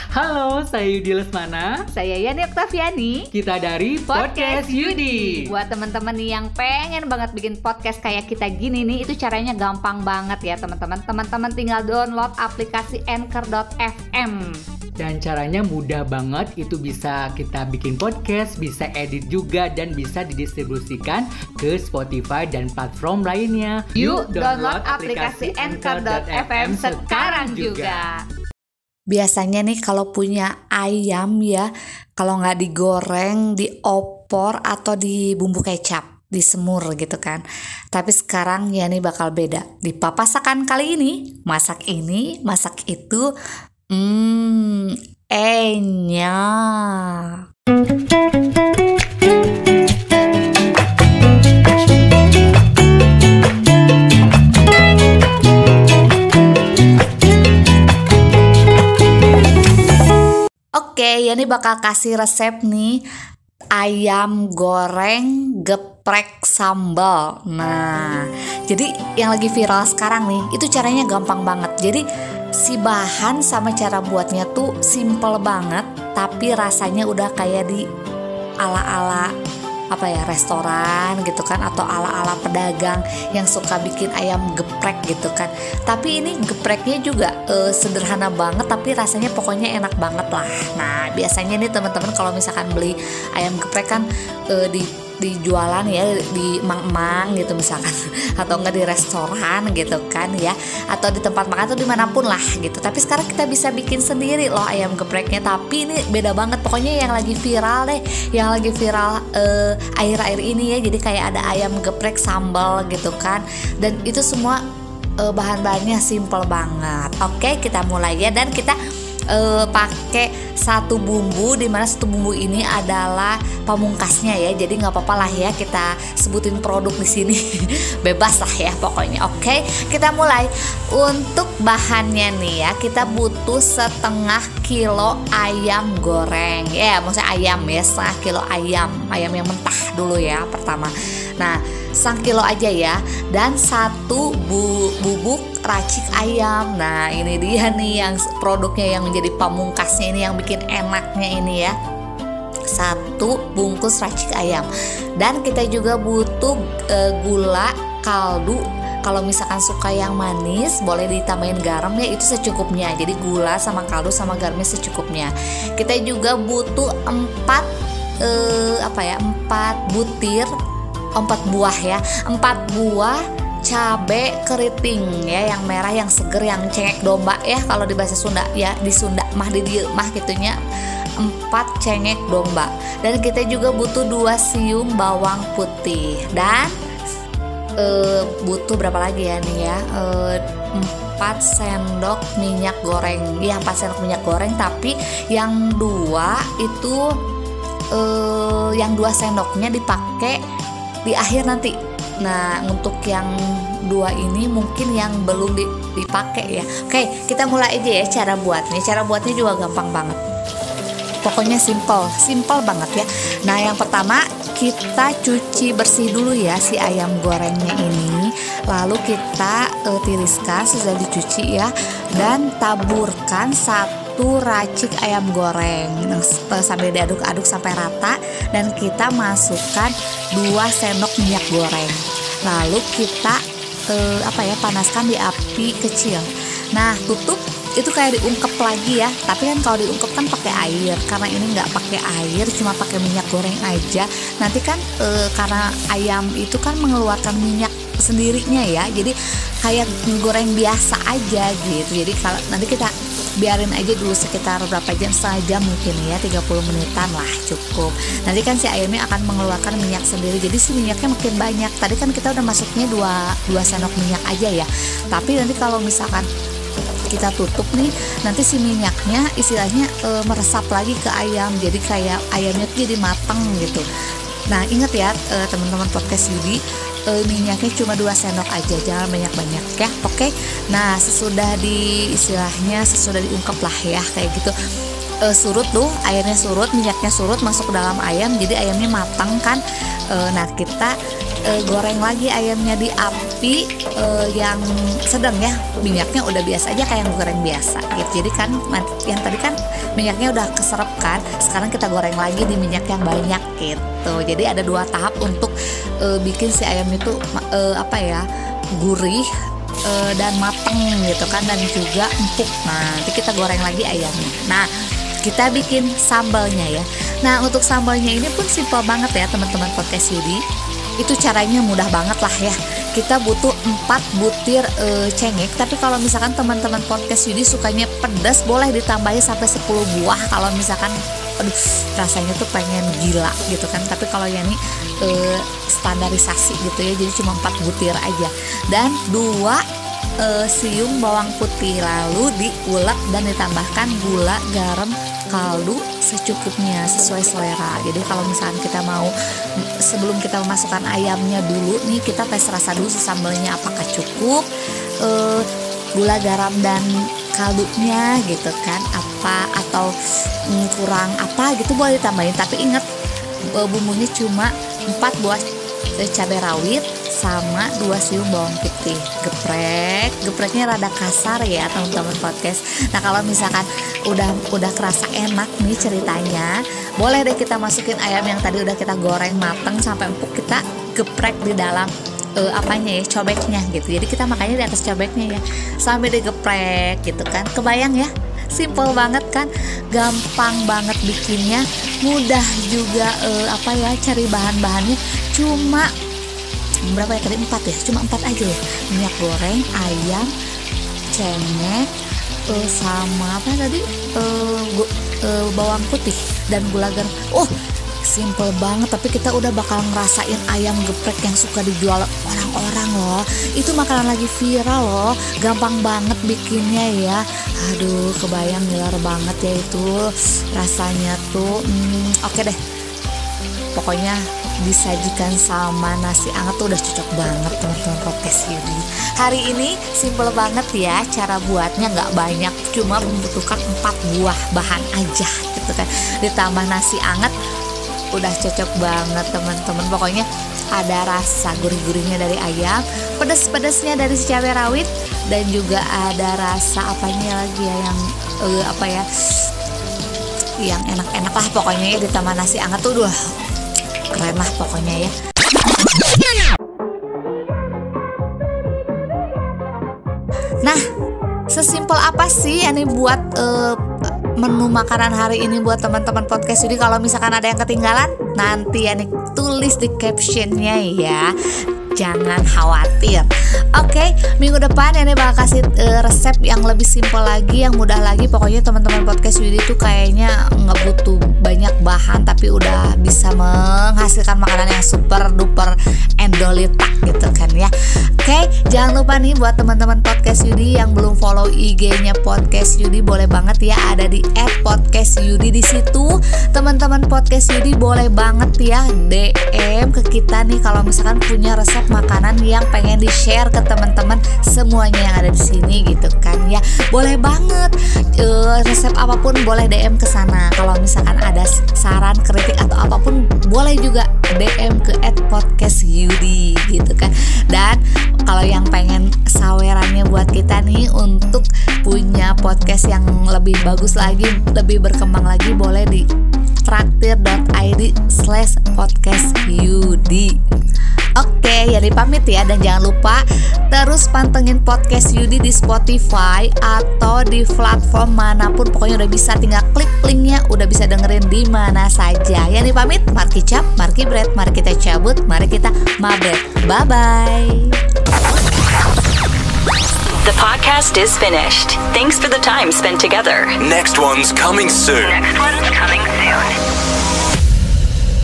Halo, saya Yudi Lesmana. Saya Yani Oktaviani. Kita dari Podcast Yudi. Buat teman-teman nih yang pengen banget bikin podcast kayak kita gini nih, itu caranya gampang banget ya teman-teman. Teman-teman tinggal download aplikasi Anchor.fm. Dan caranya mudah banget, itu bisa kita bikin podcast, bisa edit juga, dan bisa didistribusikan ke Spotify dan platform lainnya. Yuk download aplikasi Anchor.fm sekarang juga. Biasanya nih kalau punya ayam ya, kalau nggak digoreng, diopor atau di bumbu kecap, disemur gitu kan. Tapi sekarang ya nih bakal beda. Di papasakan kali ini, masak itu, enak. Oke, Yani bakal kasih resep nih ayam goreng geprek sambal. Nah, jadi yang lagi viral sekarang nih, itu caranya gampang banget. Jadi si bahan sama cara buatnya tuh simple banget, tapi rasanya udah kayak di ala-ala restoran gitu kan, atau ala-ala pedagang yang suka bikin ayam geprek gitu kan. Tapi ini gepreknya juga sederhana banget, tapi rasanya pokoknya enak banget lah. Nah, biasanya nih teman-teman kalau misalkan beli ayam geprek kan dijualan ya di mang-mang gitu misalkan, atau enggak di restoran gitu kan ya, atau di tempat makan atau dimanapun lah gitu. Tapi sekarang kita bisa bikin sendiri loh ayam gepreknya. Tapi ini beda banget, pokoknya yang lagi viral deh, yang lagi viral akhir-akhir ini ya. Jadi kayak ada ayam geprek sambal gitu kan, dan itu semua bahan-bahannya simple banget. Oke, kita mulai ya. Dan kita pakai satu bumbu, dimana satu bumbu ini adalah pamungkasnya ya. Jadi nggak apa-apa lah ya kita sebutin produk di sini, bebas lah ya pokoknya. Oke, kita mulai. Untuk bahannya nih ya, kita butuh setengah kilo ayam goreng ya, maksudnya ayam ya, setengah kilo ayam yang mentah dulu ya pertama. Nah, 1 kilo aja ya, dan 1 bubuk racik ayam. Nah, ini dia nih yang produknya yang menjadi pamungkasnya ini, yang bikin enaknya ini ya. 1 bungkus racik ayam. Dan kita juga butuh gula, kaldu. Kalau misalkan suka yang manis, boleh ditambahin garam ya, itu secukupnya. Jadi gula sama kaldu sama garamnya secukupnya. Kita juga butuh 4 butir, 4 buah ya, 4 buah cabe keriting ya, yang merah, yang seger, yang cengek domba ya kalau di bahasa Sunda ya, di Sunda mah di dieu mah gitunya, 4 cengek domba. Dan kita juga butuh 2 siung bawang putih, dan butuh berapa lagi ya nih ya, 4 sendok minyak goreng ya, 4 sendok minyak goreng, tapi yang 2 itu yang 2 sendoknya dipakai di akhir nanti. Nah, untuk yang 2 ini mungkin yang belum dipakai ya. Oke, kita mulai aja ya cara buatnya. Cara buatnya juga gampang banget. Pokoknya simple banget ya. Nah, yang pertama kita cuci bersih dulu ya si ayam gorengnya ini. Lalu kita tiriskan sudah dicuci ya, dan taburkan 1 racik ayam goreng sampai diaduk-aduk sampai rata, dan kita masukkan 2 sendok minyak goreng. Lalu kita panaskan di api kecil. Nah, tutup. Itu kayak diungkep lagi ya, tapi kan kalau diungkep kan pakai air. Karena ini nggak pakai air, cuma pakai minyak goreng aja. Nanti kan karena ayam itu kan mengeluarkan minyak sendirinya ya, jadi kayak goreng biasa aja gitu. Jadi kalau nanti kita biarin aja dulu sekitar berapa jam, setengah jam mungkin ya, 30 menitan lah cukup. Nanti kan si ayamnya akan mengeluarkan minyak sendiri, jadi si minyaknya makin banyak. Tadi kan kita udah masuknya 2 sendok minyak aja ya, tapi nanti kalau misalkan kita tutup nih, nanti si minyaknya istilahnya meresap lagi ke ayam, jadi kayak ayamnya tuh jadi matang gitu. Nah, ingat ya teman-teman podcast Yudi, minyaknya cuma 2 sendok aja, jangan banyak-banyak ya. Oke. Nah, sesudah diungkep lah ya kayak gitu, surut tuh airnya, surut minyaknya, surut masuk ke dalam ayam, jadi ayamnya matang kan. Nah, kita goreng lagi ayamnya di api yang sedang ya, minyaknya udah biasa aja kayak goreng biasa gitu. Jadi kan yang tadi kan minyaknya udah keserap kan, sekarang kita goreng lagi di minyak yang banyak gitu. Jadi ada 2 tahap untuk bikin si ayam itu gurih dan mateng gitu kan, dan juga empuk. Nah, nanti kita goreng lagi ayamnya. Nah, kita bikin sambalnya ya. Nah, untuk sambalnya ini pun simple banget ya teman-teman podcast Yudi. Itu caranya mudah banget lah ya. Kita butuh 4 butir cengek. Tapi kalau misalkan teman-teman podcast Yudi sukanya pedas, boleh ditambahin sampai 10 buah. Kalau misalkan rasanya tuh pengen gila gitu kan. Tapi kalau yang ini standarisasi gitu ya, jadi cuma 4 butir aja. Dan 2 siung bawang putih, lalu diulek dan ditambahkan gula, garam, kaldu secukupnya sesuai selera. Jadi kalau misalkan kita mau, sebelum kita memasukkan ayamnya dulu nih, kita tes rasa dulu sambalnya apakah cukup gula, garam, dan kaldunya gitu kan, apa atau kurang apa gitu, boleh ditambahin. Tapi ingat, bumbunya cuma 4 buah cabai rawit sama 2 siung bawang putih. Gepreknya rada kasar ya teman-teman podcast. Nah, kalau misalkan udah kerasa enak nih ceritanya, boleh deh kita masukin ayam yang tadi udah kita goreng mateng sampai empuk, kita geprek di dalam cobeknya gitu. Jadi kita makannya di atas cobeknya ya, sampai digeprek gitu kan. Kebayang ya? Simple banget kan, gampang banget bikinnya, mudah juga cari bahan-bahannya. Cuma berapa ya tadi, 4 ya, cuma 4 aja ya, minyak goreng, ayam, cengek, sama apa tadi, bawang putih dan gula garam. Simple banget, tapi kita udah bakal ngerasain ayam geprek yang suka dijual orang-orang loh. Itu makanan lagi viral loh, gampang banget bikinnya ya. Aduh, kebayang ngiler banget ya itu rasanya tuh. Oke deh, pokoknya disajikan sama nasi anget tuh udah cocok banget teman-teman podcast Yudi. Hari ini simple banget ya, cara buatnya nggak banyak, cuma membutuhkan 4 buah bahan aja gitu kan, ditambah nasi anget, udah cocok banget teman-teman. Pokoknya ada rasa gurih-gurihnya dari ayam, pedas-pedasnya dari cabai rawit, dan juga ada rasa apanya lagi ya, yang enak-enak lah pokoknya ya, ditambah nasi anget tuh keren lah pokoknya ya. Nah, sesimpel apa sih ini buat menu makanan hari ini buat teman-teman podcast Yudi? Kalau misalkan ada yang ketinggalan, nanti ya nih tulis di captionnya ya, jangan khawatir. Oke, minggu depan ini bakal kasih resep yang lebih simpel lagi, yang mudah lagi. Pokoknya teman-teman podcast Yudi tuh kayaknya nggak butuh banyak bahan, tapi udah bisa menghasilkan makanan yang super duper endolitak gitu kan ya. Oke, jangan lupa nih buat teman-teman podcast Yudi yang belum follow IG-nya podcast Yudi, boleh banget ya, ada di @podcastyudi. Di situ teman-teman podcast Yudi boleh banget ya DM ke kita nih kalau misalkan punya resep makanan yang pengen di-share ke teman-teman semuanya yang ada di sini gitu kan ya. Boleh banget, resep apapun boleh DM ke sana. Kalau misalkan ada saran, kritik atau apapun boleh juga DM ke @podcastyudi gitu kan. Dan kalau yang pengen sawerannya buat kita nih untuk punya podcast yang lebih bagus lagi, lebih berkembang lagi, boleh di traktir.id/podcastyudi. Oke, jadi pamit ya, dan jangan lupa terus pantengin podcast Yudi di Spotify atau di platform manapun. Pokoknya udah bisa, tinggal klik linknya, udah bisa dengerin di mana saja. Yani pamit, Marki Cap, Marki Bread, mari kita cabut, mari kita mabret. Bye bye. The podcast is finished. Thanks for the time spent together. Next one's coming soon. Next one's coming soon.